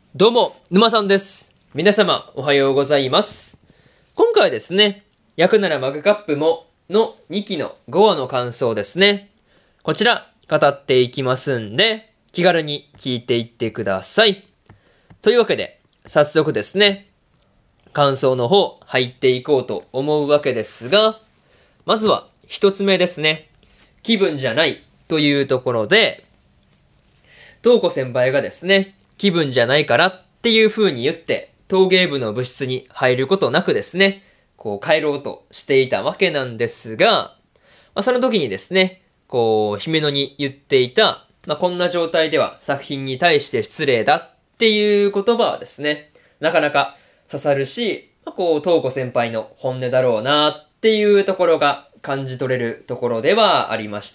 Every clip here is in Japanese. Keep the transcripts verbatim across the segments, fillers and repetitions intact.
どうも、沼さんです。皆様、おはようございます。今回はですね、焼くならマグカップものにきのごわの感想ですね。こちら、語っていきますんで、気軽に聞いていってください。というわけで、早速ですね、感想の方、入っていこうと思うわけですが、まずは、一つ目ですね。気分じゃないというところで、東子先輩がですね、気分じゃないからっていう風に言って、陶芸部の部室に入ることなくですね、こう帰ろうとしていたわけなんですが、まあ、その時にですね、こう、姫野に言っていた、まあ、こんな状態では作品に対して失礼だっていう言葉はですね、なかなか刺さるし、まあ、こう、東子先輩の本音だろうなっていうところが感じ取れるところではありました。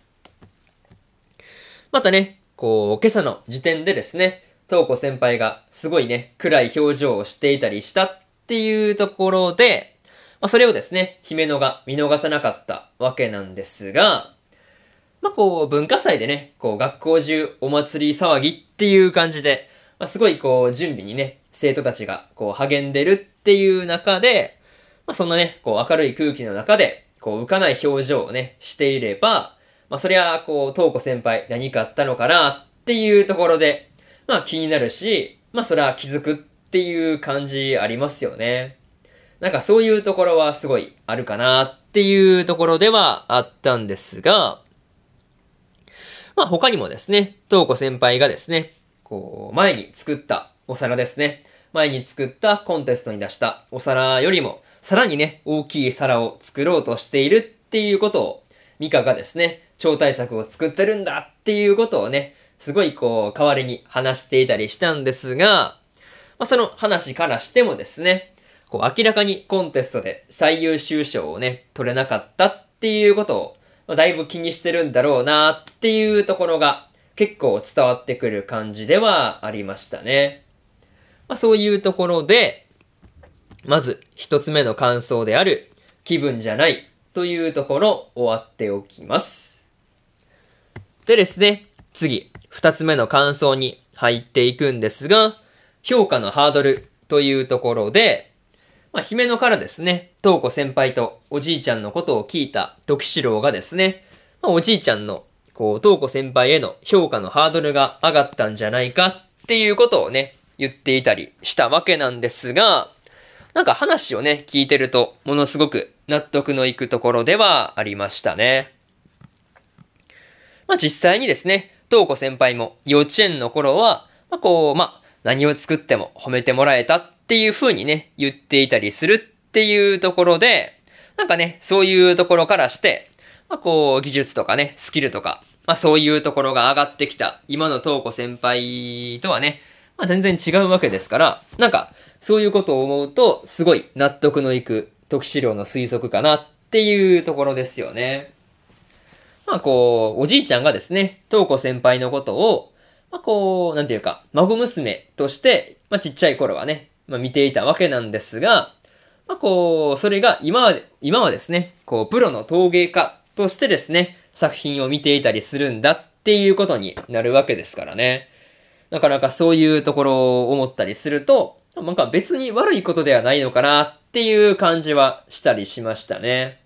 またね、こう、今朝の時点でですね、東子先輩がすごいね、暗い表情をしていたりしたっていうところで、まあ、それをですね、姫野が見逃さなかったわけなんですが、まあ、こう、文化祭でね、こう、学校中お祭り騒ぎっていう感じで、まあ、すごいこう、準備にね、生徒たちがこう、励んでるっていう中で、まあ、そんなね、こう、明るい空気の中で、こう、浮かない表情をね、していれば、まあ、そりゃ、こう、東子先輩何かあったのかなっていうところで、まあ、気になるし、まあ、そりゃ気づくっていう感じありますよね。なんかそういうところはすごいあるかなっていうところではあったんですが、まあ他にもですね、東子先輩がですね、こう、前に作ったお皿ですね。前に作ったコンテストに出したお皿よりも、さらにね、大きい皿を作ろうとしているっていうことを、ミカがですね、超大作を作ってるんだっていうことをね、すごいこう、代わりに話していたりしたんですが、まあ、その話からしてもですね、こう明らかにコンテストで最優秀賞をね、取れなかったっていうことを、まあ、だいぶ気にしてるんだろうなっていうところが結構伝わってくる感じではありましたね。まあ、そういうところで、まず一つ目の感想である気分じゃないというところ終わっておきます。でですね、次、二つ目の感想に入っていくんですが、評価のハードルというところで、まあ、姫野からですね、東子先輩とおじいちゃんのことを聞いた時四郎がですね、まあ、おじいちゃんの、こう、東子先輩への評価のハードルが上がったんじゃないかっていうことをね、言っていたりしたわけなんですが、なんか話をね、聞いてると、ものすごく納得のいくところではありましたね。まあ、実際にですね、東子先輩も幼稚園の頃は、まあ、こう、まあ、何を作っても褒めてもらえたっていう風にね、言っていたりするっていうところで、なんかね、そういうところからして、まあ、こう、技術とかね、スキルとか、まあ、そういうところが上がってきた今の東子先輩とはね、まあ、全然違うわけですから、なんか、そういうことを思うと、すごい納得のいく時資料の推測かなっていうところですよね。まあこう、おじいちゃんがですね、東子先輩のことを、まあこう、なんていうか、孫娘として、まあちっちゃい頃はね、まあ見ていたわけなんですが、まあこう、それが今は、今はですね、こう、プロの陶芸家としてですね、作品を見ていたりするんだっていうことになるわけですからね。なかなかそういうところを思ったりすると、なんか別に悪いことではないのかなっていう感じはしたりしましたね。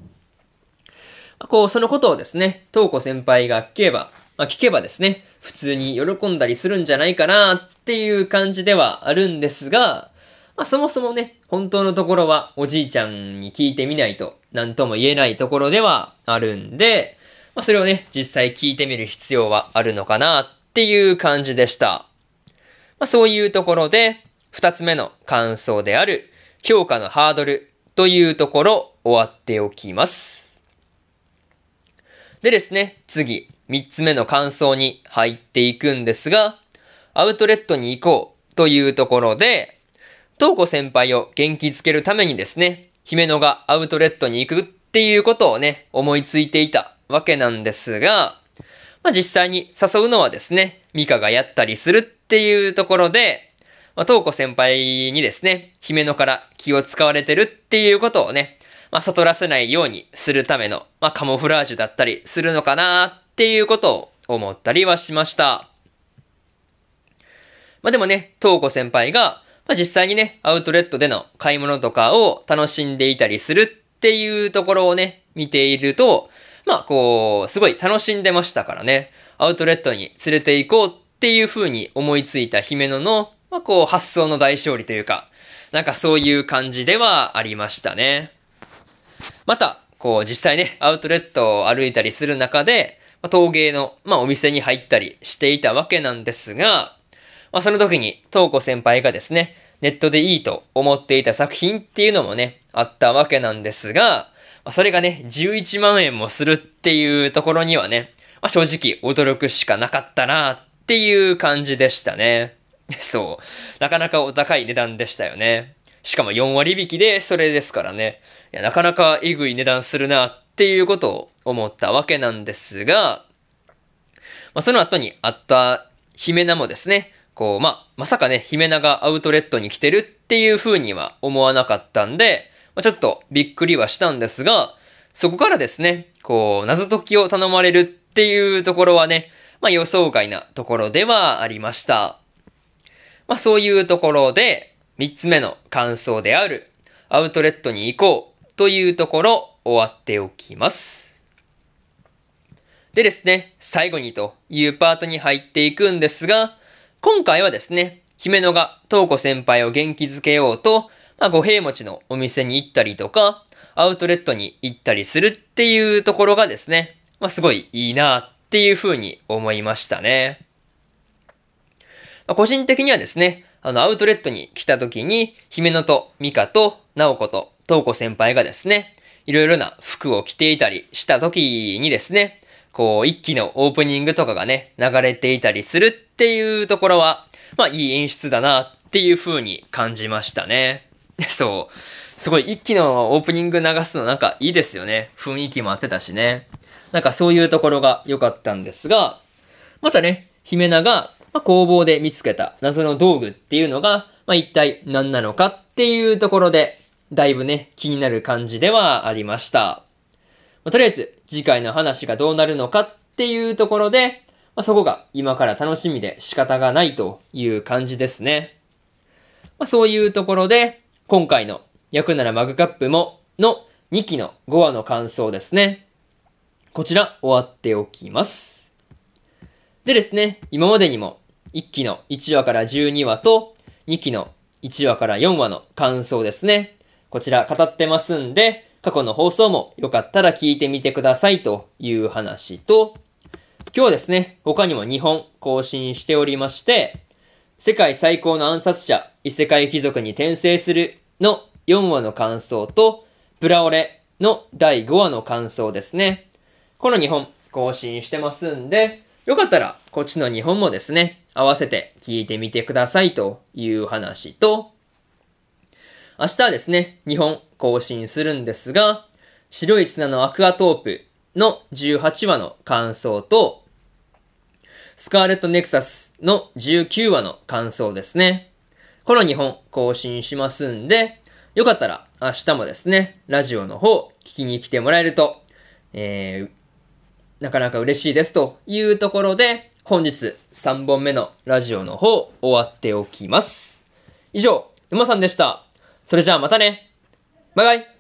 こう、そのことをですね、東子先輩が聞けば、まあ、聞けばですね、普通に喜んだりするんじゃないかなっていう感じではあるんですが、まあ、そもそもね、本当のところはおじいちゃんに聞いてみないと何とも言えないところではあるんで、まあ、それをね、実際聞いてみる必要はあるのかなっていう感じでした。まあ、そういうところで、二つ目の感想である評価のハードルというところ終わっておきます。でですね、次、三つ目の感想に入っていくんですが、アウトレットに行こうというところで、東子先輩を元気づけるためにですね、姫野がアウトレットに行くっていうことをね、思いついていたわけなんですが、まあ、実際に誘うのはですね、ミカがやったりするっていうところで、まあ、東子先輩にですね、姫野から気を使われてるっていうことをね、まあ、悟らせないようにするための、まあ、カモフラージュだったりするのかなっていうことを思ったりはしました。 まあでもね、東子先輩が、まあ実際にね、アウトレットでの買い物とかを楽しんでいたりするっていうところをね、見ていると、まあこう、すごい楽しんでましたからね、アウトレットに連れて行こうっていう風に思いついた姫野の、まあこう、発想の大勝利というか、なんかそういう感じではありましたね。また、こう実際ね、アウトレットを歩いたりする中で、まあ、陶芸の、まあ、お店に入ったりしていたわけなんですが、まあ、その時に、東子先輩がですね、ネットでいいと思っていた作品っていうのもね、あったわけなんですが、まあ、それがね、じゅういちまんえんもするっていうところにはね、まあ、正直驚くしかなかったなっていう感じでしたね。そう。なかなかお高い値段でしたよね。しかもよんわり引きでそれですからね。いや、なかなかえぐい値段するなっていうことを思ったわけなんですが、まあ、その後にあった姫名もですね、こう、まあ、まさかね、姫名がアウトレットに来てるっていう風には思わなかったんで、まあ、ちょっとびっくりはしたんですが、そこからですね、こう、謎解きを頼まれるっていうところはね、まあ予想外なところではありました。まあそういうところで、三つ目の感想である、アウトレットに行こうというところ、終わっておきます。でですね、最後にというパートに入っていくんですが、今回はですね、姫野が東子先輩を元気づけようと、まあ五平餅のお店に行ったりとか、アウトレットに行ったりするっていうところがですね、まあすごいいいなっていう風に思いましたね。まあ、個人的にはですね、あのアウトレットに来た時に、姫野と美香と直子と東子先輩がですね、いろいろな服を着ていたりした時にですね、こう一期のオープニングとかがね、流れていたりするっていうところは、まあいい演出だなっていう風に感じましたね。そう。すごい一期のオープニング流すのなんかいいですよね。雰囲気もあってたしね。なんかそういうところが良かったんですが、またね、姫名が、まあ、工房で見つけた謎の道具っていうのが、まあ、一体何なのかっていうところで、だいぶね、気になる感じではありました。まあ、とりあえず、次回の話がどうなるのかっていうところで、まあ、そこが今から楽しみで仕方がないという感じですね。まあ、そういうところで、今回の焼くならマグカップものにきのごわの感想ですね。こちら終わっておきます。でですね、今までにもいっきのいちわからじゅうにわとにきのいちわからよんわの感想ですね。こちら語ってますんで、過去の放送もよかったら聞いてみてくださいという話と、今日はですね、他にもにほん更新しておりまして、世界最高の暗殺者、異世界貴族に転生するのよんわの感想と、ブラオレのだいごわの感想ですね。このにほん更新してますんで、よかったらこっちのにほんもですね、合わせて聞いてみてくださいという話と、明日はですね、にほん更新するんですが、白い砂のアクアトープのじゅうはちわの感想と、スカーレットネクサスのじゅうきゅうわの感想ですね。このにほん更新しますんで、よかったら明日もですね、ラジオの方聞きに来てもらえると、えー、なかなか嬉しいですというところで、本日さんぼんめのラジオの方終わっておきます。以上、沼さんでした。それじゃあまたね。バイバイ。